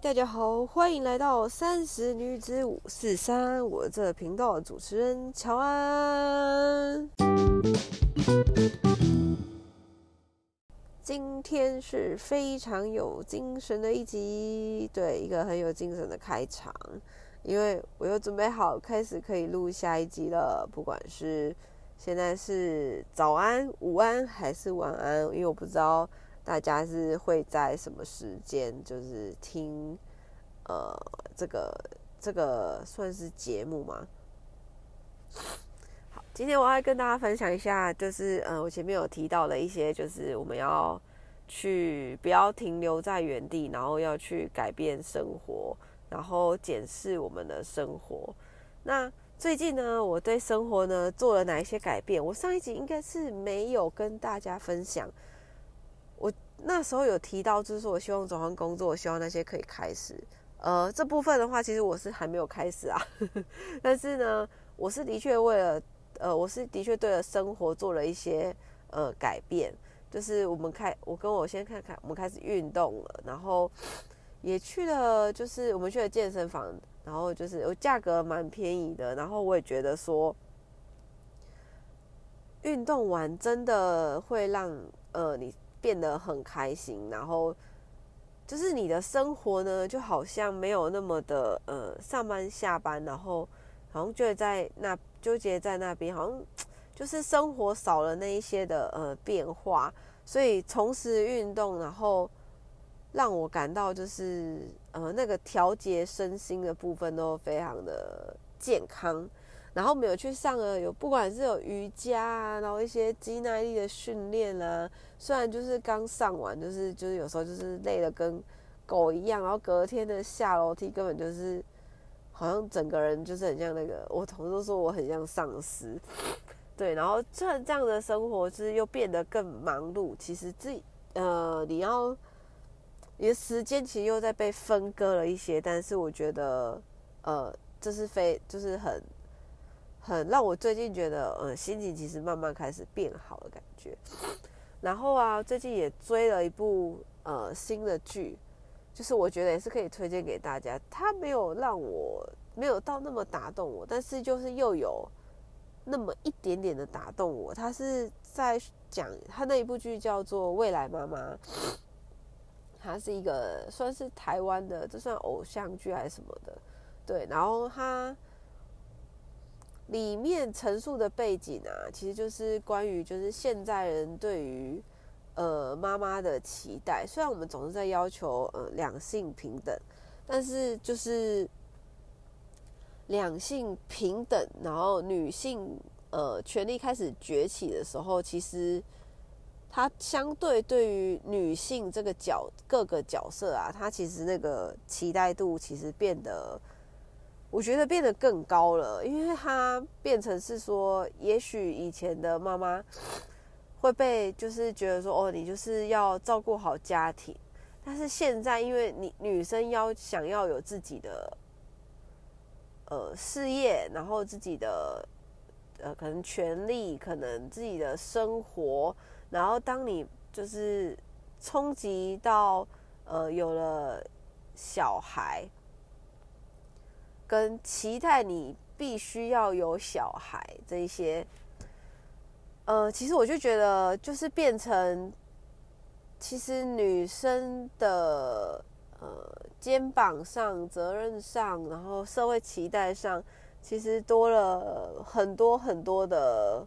大家好，欢迎来到30女子543，我这频道的主持人乔安。今天是非常有精神的一集，对，一个很有精神的开场，因为我又准备好开始可以录下一集了，不管是现在是早安、午安还是晚安，因为我不知道大家是会在什么时间就是听这个算是节目吗？好，今天我要跟大家分享一下，就是我前面有提到的一些，就是我们要去不要停留在原地，然后要去改变生活，然后检视我们的生活。那最近呢，我对生活呢做了哪一些改变？我上一集应该是没有跟大家分享。我那时候有提到，就是说我希望转换工作，我希望那些可以开始。这部分的话，其实我是还没有开始啊。但是呢，我是的确对了生活做了一些改变。就是我跟我先看看，我们开始运动了，然后也去了，就是我们去了健身房，然后就是价格蛮便宜的，然后我也觉得说，运动完真的会让你变得很开心，然后就是你的生活呢，就好像没有那么的上班下班，然后好像纠结在那边，好像就是生活少了那一些的变化，所以重拾运动，然后让我感到就是那个调节身心的部分都非常的健康。然后我们有去上了不管是有瑜伽啊，然后一些肌耐力的训练啊，虽然就是刚上完，就是有时候就是累得跟狗一样，然后隔天的下楼梯根本就是好像整个人就是很像那个，我同事都说我很像丧尸，对，然后这样的生活就是又变得更忙碌，其实你的时间其实又在被分割了一些，但是我觉得这是就是很让我最近觉得心情其实慢慢开始变好的感觉。然后啊，最近也追了一部新的剧，就是我觉得也是可以推荐给大家。它没有到那么打动我，但是就是又有那么一点点的打动我。它是在讲它那一部剧叫做《未来妈妈》，它是一个算是台湾的，这算偶像剧还是什么的，对。然后它里面陈述的背景啊，其实就是关于就是现在人对于妈妈的期待。虽然我们总是在要求两性平等，但是就是两性平等，然后女性权力开始崛起的时候，其实它相对于女性这个各个角色啊，它其实那个期待度其实我觉得变得更高了，因为它变成是说，也许以前的妈妈会被就是觉得说，你就是要照顾好家庭，但是现在因为女生想要有自己的事业，然后自己的可能权利，可能自己的生活，然后当你就是冲击到有了小孩，跟期待你必须要有小孩这一些，其实我就觉得就是变成，其实女生的肩膀上、责任上，然后社会期待上，其实多了很多很多的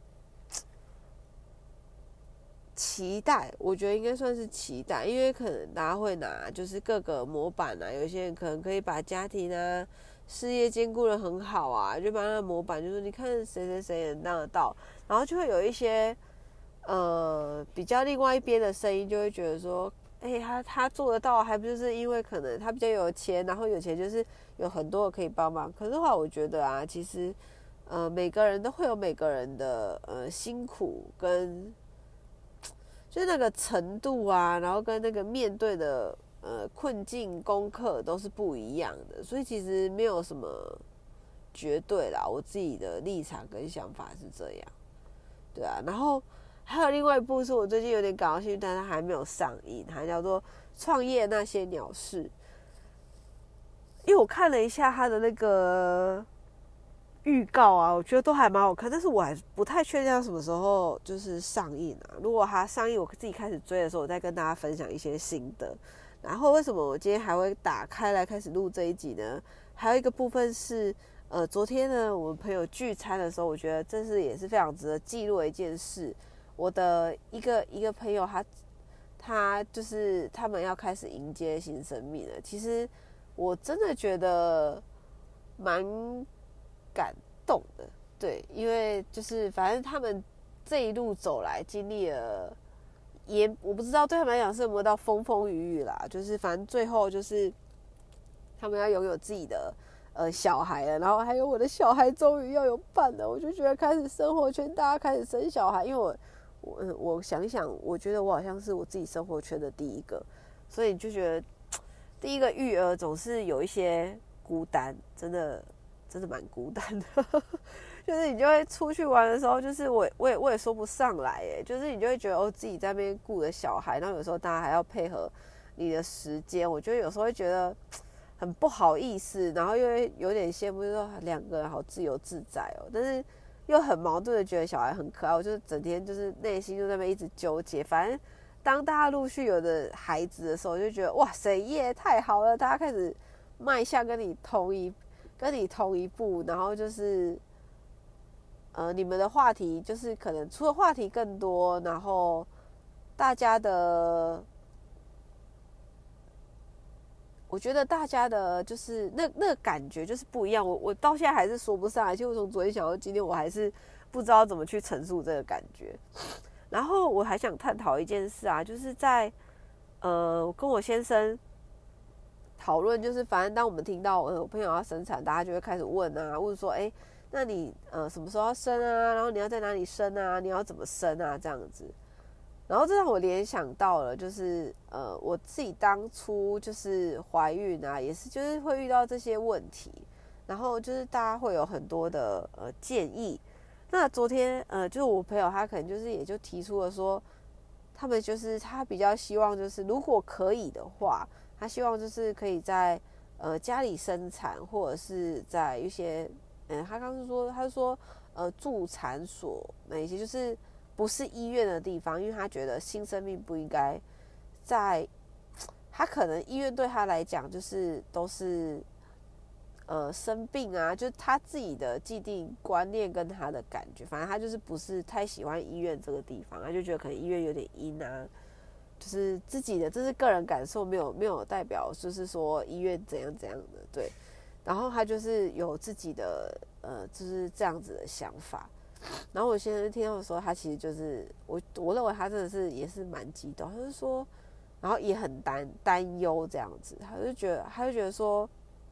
期待。我觉得应该算是期待，因为可能大家会拿就是各个模板啊，有些人可能可以把家庭啊、事业兼顾得很好啊，就把那个模板就是你看谁谁谁能当得到，然后就会有一些比较另外一边的声音就会觉得说，他做得到，还不就是因为可能他比较有钱，然后有钱就是有很多可以帮忙。可是的话，我觉得啊，其实每个人都会有每个人的辛苦跟就是那个程度啊，然后跟那个面对的困境功课都是不一样的，所以其实没有什么绝对啦。我自己的立场跟想法是这样，对啊。然后还有另外一部是我最近有点感兴趣，但它还没有上映，它叫做《创业那些鸟事》。 因为我看了一下他的那个预告啊，我觉得都还蛮好看，但是我还不太确定它什么时候就是上映啊。如果它上映，我自己开始追的时候，我再跟大家分享一些心得。然后为什么我今天还会打开来开始录这一集呢？还有一个部分是，昨天呢，我们朋友聚餐的时候，我觉得这是也是非常值得记录的一件事。我的一个朋友他就是他们要开始迎接新生命了。其实我真的觉得蛮感动的，对，因为就是反正他们这一路走来经历了，也我不知道对他们来讲是有没有到风风雨雨啦，就是反正最后就是他们要拥有自己的小孩了，然后还有我的小孩终于要有伴了，我就觉得开始生活圈大家开始生小孩，因为我想一想，我觉得我好像是我自己生活圈的第一个，所以就觉得第一个育儿总是有一些孤单，真的蛮孤单的。就是你就会出去玩的时候，就是我也说不上来耶，就是你就会觉得自己在那边顾着小孩，然后有时候大家还要配合你的时间，我觉得有时候会觉得很不好意思，然后又会有点羡慕，就说两个人好自由自在哦，但是又很矛盾的觉得小孩很可爱，我就是整天就是内心就在那边一直纠结。反正当大家陆续有的孩子的时候，就觉得哇塞耶太好了，大家开始迈向跟你同一步，然后就是你们的话题就是可能除了话题更多，然后大家的。我觉得大家的就是那个感觉就是不一样，我到现在还是说不上来，就从昨天想到今天，我还是不知道怎么去陈述这个感觉。然后我还想探讨一件事啊，就是在我跟我先生讨论，就是反正当我们听到我朋友要生产，大家就会开始问啊，问说，那你什么时候要生啊？然后你要在哪里生啊？你要怎么生啊？这样子。然后这让我联想到了，就是我自己当初就是怀孕啊，也是就是会遇到这些问题，然后就是大家会有很多的建议。那昨天就是我朋友他可能就是也就提出了说，他们就是他比较希望就是如果可以的话，他希望就是可以在家里生产，或者是在一些他刚刚说他说助产所那一些就是。不是医院的地方，因为他觉得新生命不应该在，他可能医院对他来讲就是都是生病啊，就是他自己的既定观念跟他的感觉，反正他就是不是太喜欢医院这个地方，他就觉得可能医院有点阴啊，就是自己的这是个人感受，没有代表就是说医院怎样怎样的，对，然后他就是有自己的就是这样子的想法。然后我先生听到的时候，他其实就是我认为他真的是也是蛮激动，他就说，然后也很担忧这样子，他就觉得说，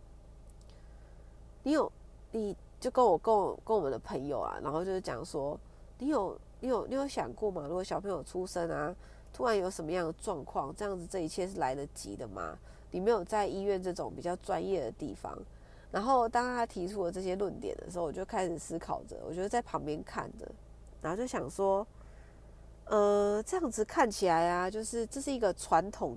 你就跟我们的朋友啊，然后就是讲说，你有想过吗？如果小朋友出生啊，突然有什么样的状况，这样子这一切是来得及的吗？你没有在医院这种比较专业的地方。然后当他提出了这些论点的时候，我就开始思考着，我就在旁边看着，然后就想说，这样子看起来啊，就是这是一个传统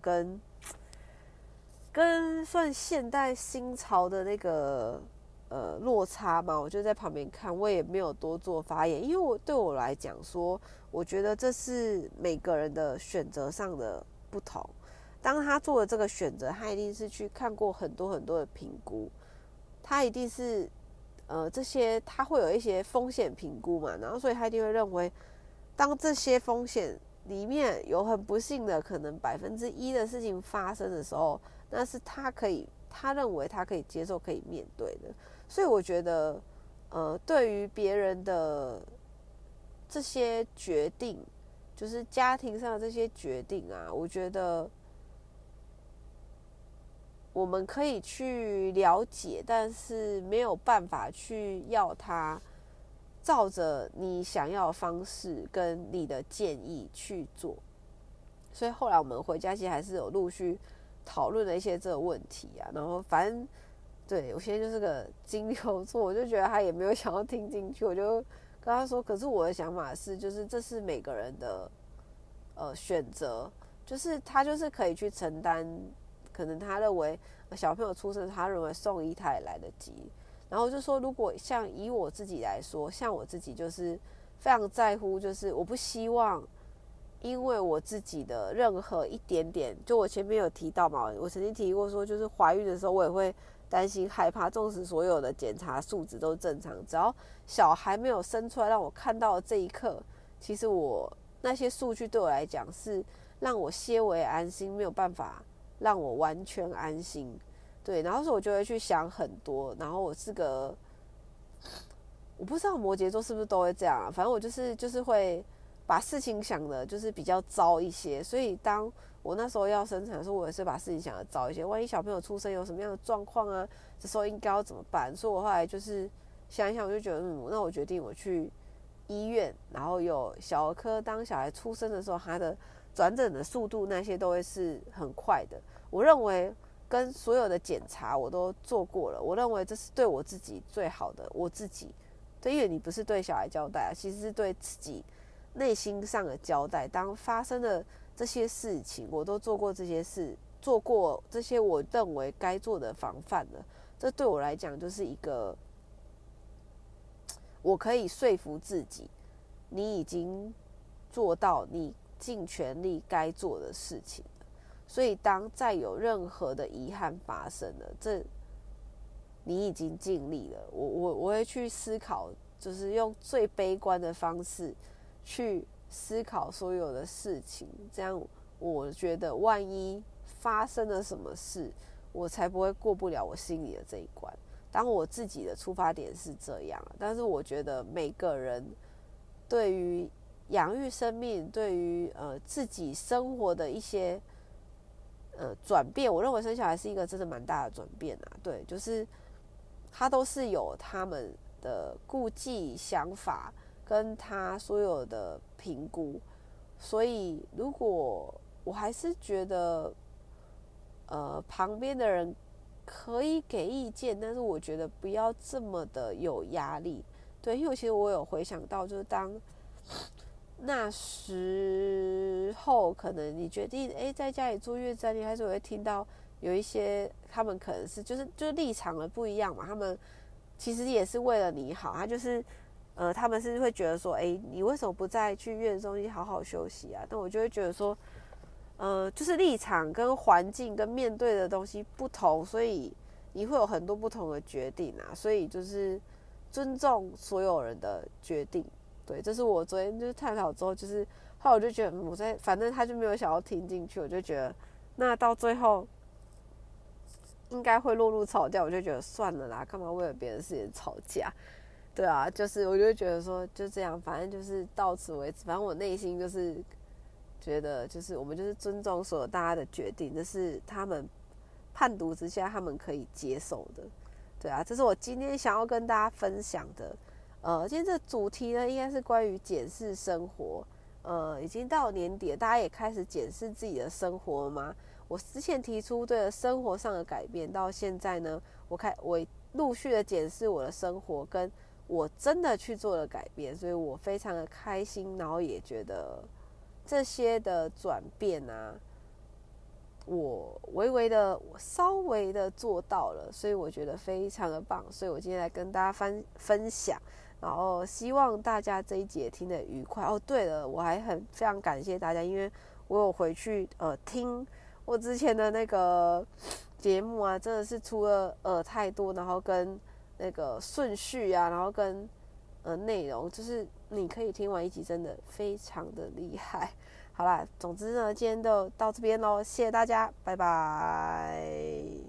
跟算现代新潮的那个落差嘛。我就在旁边看，我也没有多做发言，因为对我来讲说，我觉得这是每个人的选择上的不同。当他做了这个选择，他一定是去看过很多很多的评估。他一定是，这些他会有一些风险评估嘛，然后所以他一定会认为，当这些风险里面有很不幸的可能1%的事情发生的时候，那是他认为他可以接受、可以面对的。所以我觉得，对于别人的这些决定，就是家庭上的这些决定啊，我觉得。我们可以去了解，但是没有办法去要他照着你想要的方式跟你的建议去做。所以后来我们回家其实还是有陆续讨论了一些这个问题啊。然后反正对我现在就是个金牛座，我就觉得他也没有想要听进去，我就跟他说，可是我的想法是，就是这是每个人的选择，就是他就是可以去承担。 可能他认为小朋友出生，他认为送医他也来得及。然后就说，如果像以我自己来说，像我自己就是非常在乎，就是我不希望因为我自己的任何一点点，就我前面有提到嘛，我曾经提过说，就是怀孕的时候我也会担心害怕，纵使所有的检查数值都正常，只要小孩没有生出来让我看到的这一刻，其实我那些数据对我来讲是让我些微安心，没有办法让我完全安心。对，然后所以我就会去想很多，然后我是个，我不知道摩羯座是不是都会这样啊，反正我就是会把事情想的就是比较糟一些，所以当我那时候要生产的时候，我也是把事情想的糟一些，万一小朋友出生有什么样的状况啊，这时候应该要怎么办？所以我后来就是想一想，我就觉得那我决定我去医院，然后有小儿科，当小孩出生的时候，他的转诊的速度那些都会是很快的。我认为跟所有的检查我都做过了，我认为这是对我自己最好的，我自己对，因为你不是对小孩交代啊，其实是对自己内心上的交代。当发生的这些事情，我都做过这些事，做过这些我认为该做的防范了，这对我来讲就是一个我可以说服自己，你已经做到你尽全力该做的事情了。所以当再有任何的遗憾发生了，这你已经尽力了。我会去思考，就是用最悲观的方式去思考所有的事情，这样我觉得万一发生了什么事，我才不会过不了我心里的这一关。当我自己的出发点是这样，但是我觉得每个人对于养育生命，对于自己生活的一些转变，我认为生小孩是一个真的蛮大的转变啊。对，就是他都是有他们的顾忌、想法跟他所有的评估，所以如果我还是觉得旁边的人可以给意见，但是我觉得不要这么的有压力。对，因为其实我有回想到，就是当那时候可能你决定在家里坐月子，你还是会听到有一些他们可能是就是立场的不一样嘛，他们其实也是为了你好，他就是他们是会觉得说你为什么不再去月子中心好好休息啊？但我就会觉得说就是立场跟环境跟面对的东西不同，所以你会有很多不同的决定啊，所以就是尊重所有人的决定。对，这是我昨天就是探讨之后，就是后来我就觉得反正他就没有想要听进去，我就觉得那到最后应该会落入吵架，我就觉得算了啦，干嘛为了别人事情吵架？对啊，就是我就觉得说就这样，反正就是到此为止。反正我内心就是觉得，就是我们就是尊重所有大家的决定，这是他们判读之下他们可以接受的。对啊，这是我今天想要跟大家分享的。今天这主题呢，应该是关于检视生活。已经到年底了，大家也开始检视自己的生活了吗？我之前提出对了生活上的改变，到现在呢，我陆续的检视我的生活，跟我真的去做了改变，所以我非常的开心，然后也觉得这些的转变啊，我稍微的做到了，所以我觉得非常的棒，所以我今天来跟大家分享。然后希望大家这一集听得愉快哦。对了，我还非常感谢大家，因为我有回去听我之前的那个节目啊，真的是除了太多，然后跟那个顺序啊，然后跟内容，就是你可以听完一集，真的非常的厉害。好啦，总之呢，今天就到这边咯，谢谢大家，拜拜。